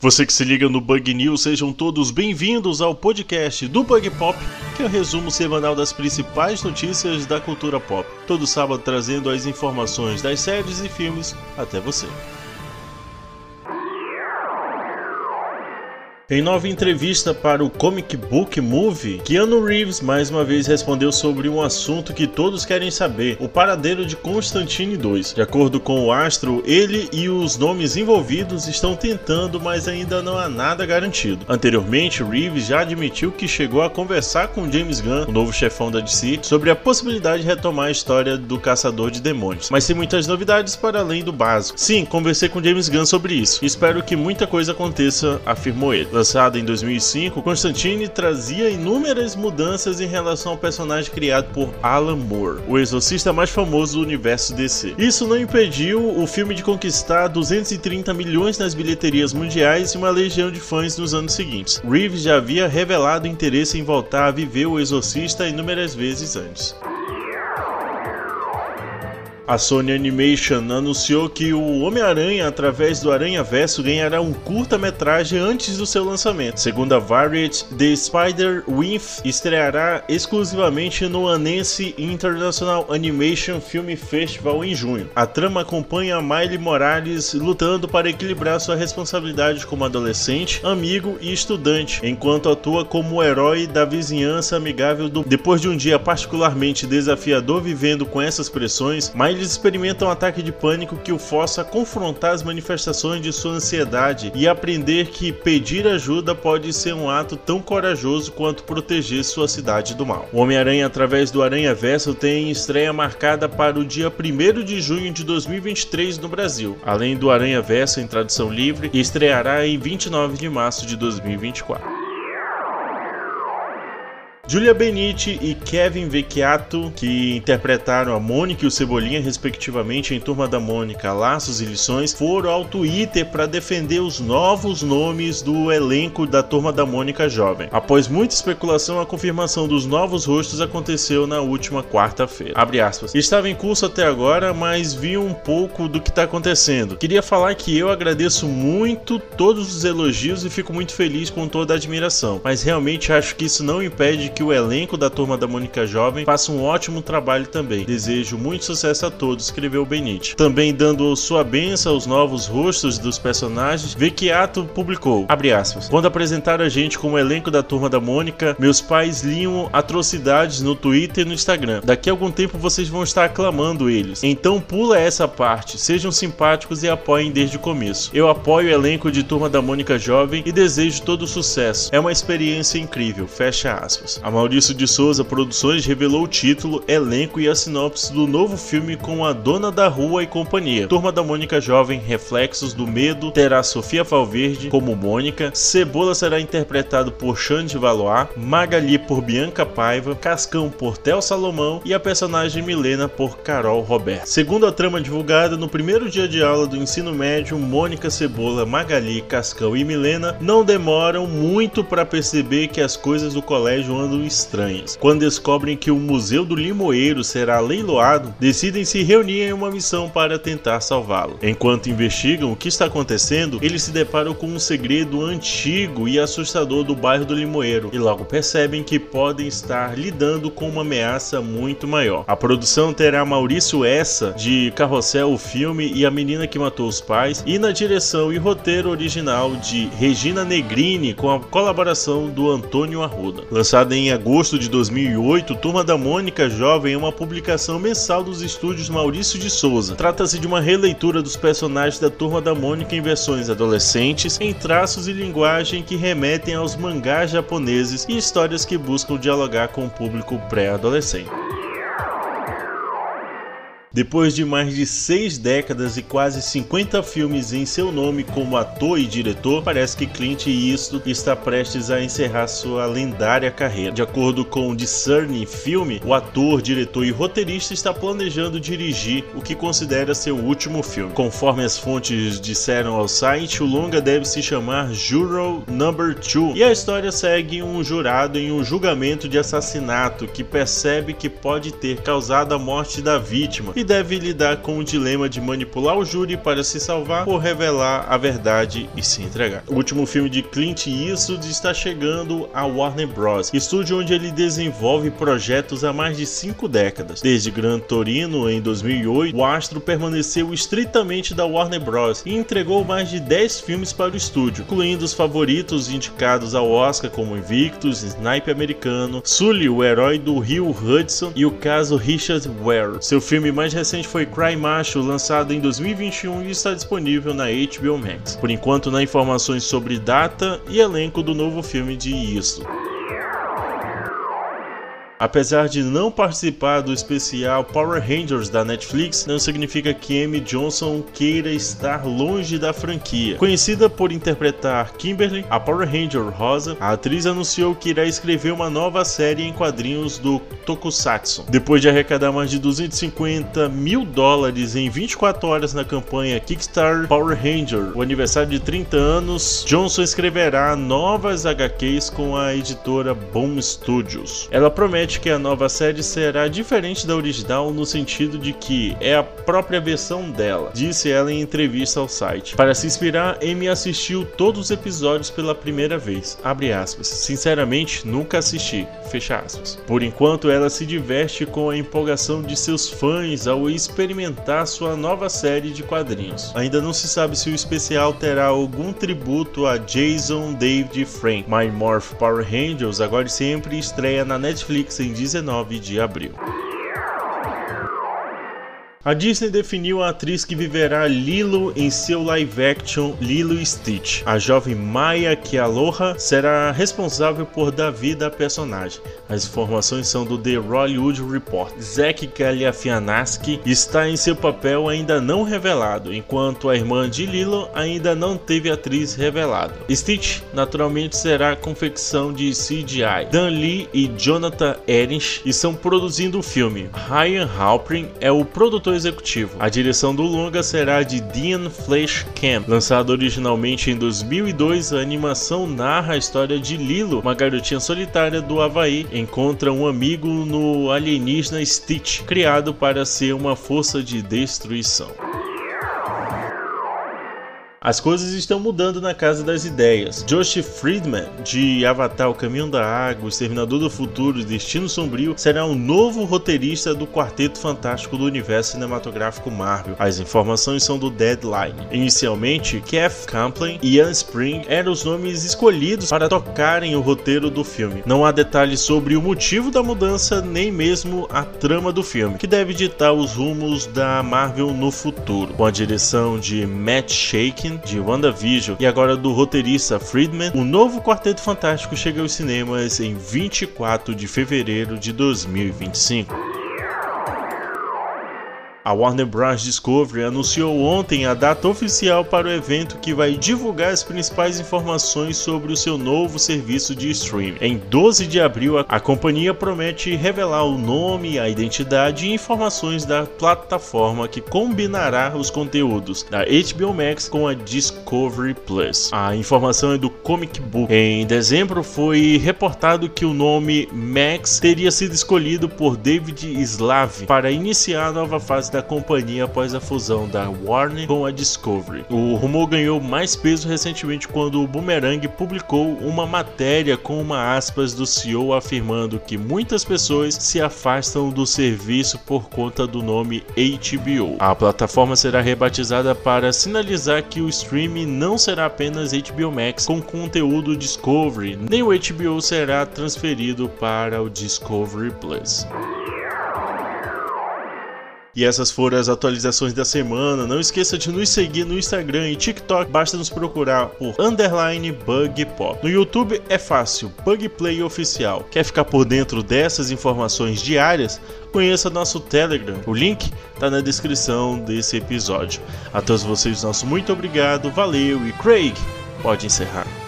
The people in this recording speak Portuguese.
Você que se liga no Bug News, sejam todos bem-vindos ao podcast do Bug Pop, que é o resumo semanal das principais notícias da cultura pop. Todo sábado trazendo as informações das séries e filmes até você. Em nova entrevista para o Comic Book Movie, Keanu Reeves mais uma vez respondeu sobre um assunto que todos querem saber: o paradeiro de Constantine 2. De acordo com o astro, ele e os nomes envolvidos estão tentando, mas ainda não há nada garantido. Anteriormente, Reeves já admitiu que chegou a conversar com James Gunn, o novo chefão da DC, sobre a possibilidade de retomar a história do Caçador de Demônios, mas sem muitas novidades para além do básico. Sim, conversei com James Gunn sobre isso. Espero que muita coisa aconteça, afirmou ele. Lançado em 2005, Constantine trazia inúmeras mudanças em relação ao personagem criado por Alan Moore, o exorcista mais famoso do universo DC. Isso não impediu o filme de conquistar 230 milhões nas bilheterias mundiais e uma legião de fãs nos anos seguintes. Reeves já havia revelado interesse em voltar a viver o exorcista inúmeras vezes antes. A Sony Animation anunciou que o Homem-Aranha, através do Aranhaverso, ganhará um curta-metragem antes do seu lançamento. Segundo a Variety, The Spider-Web estreará exclusivamente no Annecy International Animation Film Festival em junho. A trama acompanha a Miley Morales lutando para equilibrar sua responsabilidade como adolescente, amigo e estudante, enquanto atua como o herói da vizinhança amigável Depois de um dia particularmente desafiador vivendo com essas pressões, Miley experimenta um ataque de pânico que o força a confrontar as manifestações de sua ansiedade e aprender que pedir ajuda pode ser um ato tão corajoso quanto proteger sua cidade do mal. O Homem-Aranha, através do Aranhaverso, tem estreia marcada para o dia 1º de junho de 2023 no Brasil, além do Aranhaverso em tradução livre, estreará em 29 de março de 2024. Julia Benite e Kevin Vecchiato, que interpretaram a Mônica e o Cebolinha respectivamente em Turma da Mônica, Laços e Lições, foram ao Twitter para defender os novos nomes do elenco da Turma da Mônica jovem. Após muita especulação, a confirmação dos novos rostos aconteceu na última quarta-feira. Abre aspas. Estava em curso até agora, mas vi um pouco do que está acontecendo. Queria falar que eu agradeço muito todos os elogios e fico muito feliz com toda a admiração, mas realmente acho que isso não impede que o elenco da Turma da Mônica jovem faça um ótimo trabalho também. Desejo muito sucesso a todos, escreveu Benite. Também dando sua bênção aos novos rostos dos personagens, Vecchiato publicou, abre aspas, quando apresentaram a gente como elenco da Turma da Mônica, meus pais liam atrocidades no Twitter e no Instagram. Daqui a algum tempo vocês vão estar aclamando eles. Então pula essa parte, sejam simpáticos e apoiem desde o começo. Eu apoio o elenco de Turma da Mônica jovem e desejo todo sucesso. É uma experiência incrível, fecha aspas. A Maurício de Souza Produções revelou o título, elenco e a sinopse do novo filme com a Dona da Rua e companhia. Turma da Mônica jovem, Reflexos do Medo, terá Sofia Valverde como Mônica, Cebola será interpretado por Xande Valois, Magali por Bianca Paiva, Cascão por Theo Salomão e a personagem Milena por Carol Roberto. Segundo a trama divulgada, no primeiro dia de aula do ensino médio, Mônica, Cebola, Magali, Cascão e Milena não demoram muito para perceber que as coisas do colégio andam estranhas. Quando descobrem que o Museu do Limoeiro será leiloado, decidem se reunir em uma missão para tentar salvá-lo. Enquanto investigam o que está acontecendo, eles se deparam com um segredo antigo e assustador do bairro do Limoeiro e logo percebem que podem estar lidando com uma ameaça muito maior. A produção terá Maurício Essa, de Carrossel o Filme e A Menina que Matou os Pais, e na direção e roteiro original de Regina Negrini, com a colaboração do Antônio Arruda. Lançada em agosto de 2008, Turma da Mônica Jovem é uma publicação mensal dos estúdios Maurício de Souza. Trata-se de uma releitura dos personagens da Turma da Mônica em versões adolescentes, em traços e linguagem que remetem aos mangás japoneses e histórias que buscam dialogar com o público pré-adolescente. Depois de mais de 6 décadas e quase 50 filmes em seu nome como ator e diretor, parece que Clint Eastwood está prestes a encerrar sua lendária carreira. De acordo com o Discerning Filme, o ator, diretor e roteirista está planejando dirigir o que considera seu último filme. Conforme as fontes disseram ao site, o longa deve se chamar Juror Number 2 e a história segue um jurado em um julgamento de assassinato que percebe que pode ter causado a morte da vítima e deve lidar com o dilema de manipular o júri para se salvar ou revelar a verdade e se entregar. O último filme de Clint Eastwood está chegando à Warner Bros., estúdio onde ele desenvolve projetos há mais de 5 décadas. Desde Gran Torino em 2008, o astro permaneceu estritamente da Warner Bros. E entregou mais de 10 filmes para o estúdio, incluindo os favoritos indicados ao Oscar como Invictus, Sniper Americano, Sully, o herói do Rio Hudson e o caso Richard Ware. Seu filme mais recente foi Cry Macho, lançado em 2021 e está disponível na HBO Max. Por enquanto, não há informações sobre data e elenco do novo filme de Eastwood. Apesar de não participar do especial Power Rangers da Netflix, não significa que Amy Johnson queira estar longe da franquia. Conhecida por interpretar Kimberly, a Power Ranger rosa, a atriz anunciou que irá escrever uma nova série em quadrinhos do Tokusatsu. Depois de arrecadar mais de $250 mil em 24 horas na campanha Kickstarter Power Ranger, o aniversário de 30 anos, Johnson escreverá novas HQs com a editora Boom Studios. Ela promete que a nova série será diferente da original no sentido de que é a própria versão dela, disse ela em entrevista ao site. Para se inspirar, Amy assistiu todos os episódios pela primeira vez, abre aspas, sinceramente nunca assisti, fecha aspas. Por enquanto ela se diverte com a empolgação de seus fãs ao experimentar sua nova série de quadrinhos. Ainda não se sabe se o especial terá algum tributo a Jason David Frank. My Morph Power Rangers agora sempre estreia na Netflix em 19 de abril. A Disney definiu a atriz que viverá Lilo em seu live action Lilo e Stitch. A jovem Maya Kealoha será responsável por dar vida à personagem. As informações são do The Hollywood Report. Zach Galifianakis está em seu papel ainda não revelado, enquanto a irmã de Lilo ainda não teve atriz revelada. Stitch naturalmente será confecção de CGI. Dan Lee e Jonathan Erich estão produzindo o filme. Ryan Halpern é o produtor executivo. A direção do longa será de Dean Fleischkamp. Lançado originalmente em 2002, a animação narra a história de Lilo, uma garotinha solitária do Havaí, encontra um amigo no alienígena Stitch, criado para ser uma força de destruição. As coisas estão mudando na Casa das Ideias. Josh Friedman, de Avatar, O Caminho da Água, O Exterminador do Futuro e Destino Sombrio, será o novo roteirista do Quarteto Fantástico do Universo Cinematográfico Marvel. As informações são do Deadline. Inicialmente, Keith Kaplan e Ian Spring eram os nomes escolhidos para tocarem o roteiro do filme. Não há detalhes sobre o motivo da mudança, nem mesmo a trama do filme, que deve ditar os rumos da Marvel no futuro. Com a direção de Matt Shaken, de WandaVision, e agora do roteirista Friedman, o novo Quarteto Fantástico chega aos cinemas em 24 de fevereiro de 2025. A Warner Bros. Discovery anunciou ontem a data oficial para o evento que vai divulgar as principais informações sobre o seu novo serviço de streaming. Em 12 de abril, a companhia promete revelar o nome, a identidade e informações da plataforma que combinará os conteúdos da HBO Max com a Discovery Plus. A informação é do Comic Book. Em dezembro, foi reportado que o nome Max teria sido escolhido por David Slave para iniciar a nova fase da companhia após a fusão da Warner com a Discovery. O rumor ganhou mais peso recentemente quando o Boomerang publicou uma matéria com uma aspas do CEO afirmando que muitas pessoas se afastam do serviço por conta do nome HBO. A plataforma será rebatizada para sinalizar que o streaming não será apenas HBO Max com conteúdo Discovery, nem o HBO será transferido para o Discovery Plus. E essas foram as atualizações da semana. Não esqueça de nos seguir no Instagram e TikTok, basta nos procurar por _BugPop. No YouTube é fácil, BugPlay Oficial. Quer ficar por dentro dessas informações diárias? Conheça nosso Telegram, o link está na descrição desse episódio. A todos vocês, nosso muito obrigado, valeu e Craig, pode encerrar.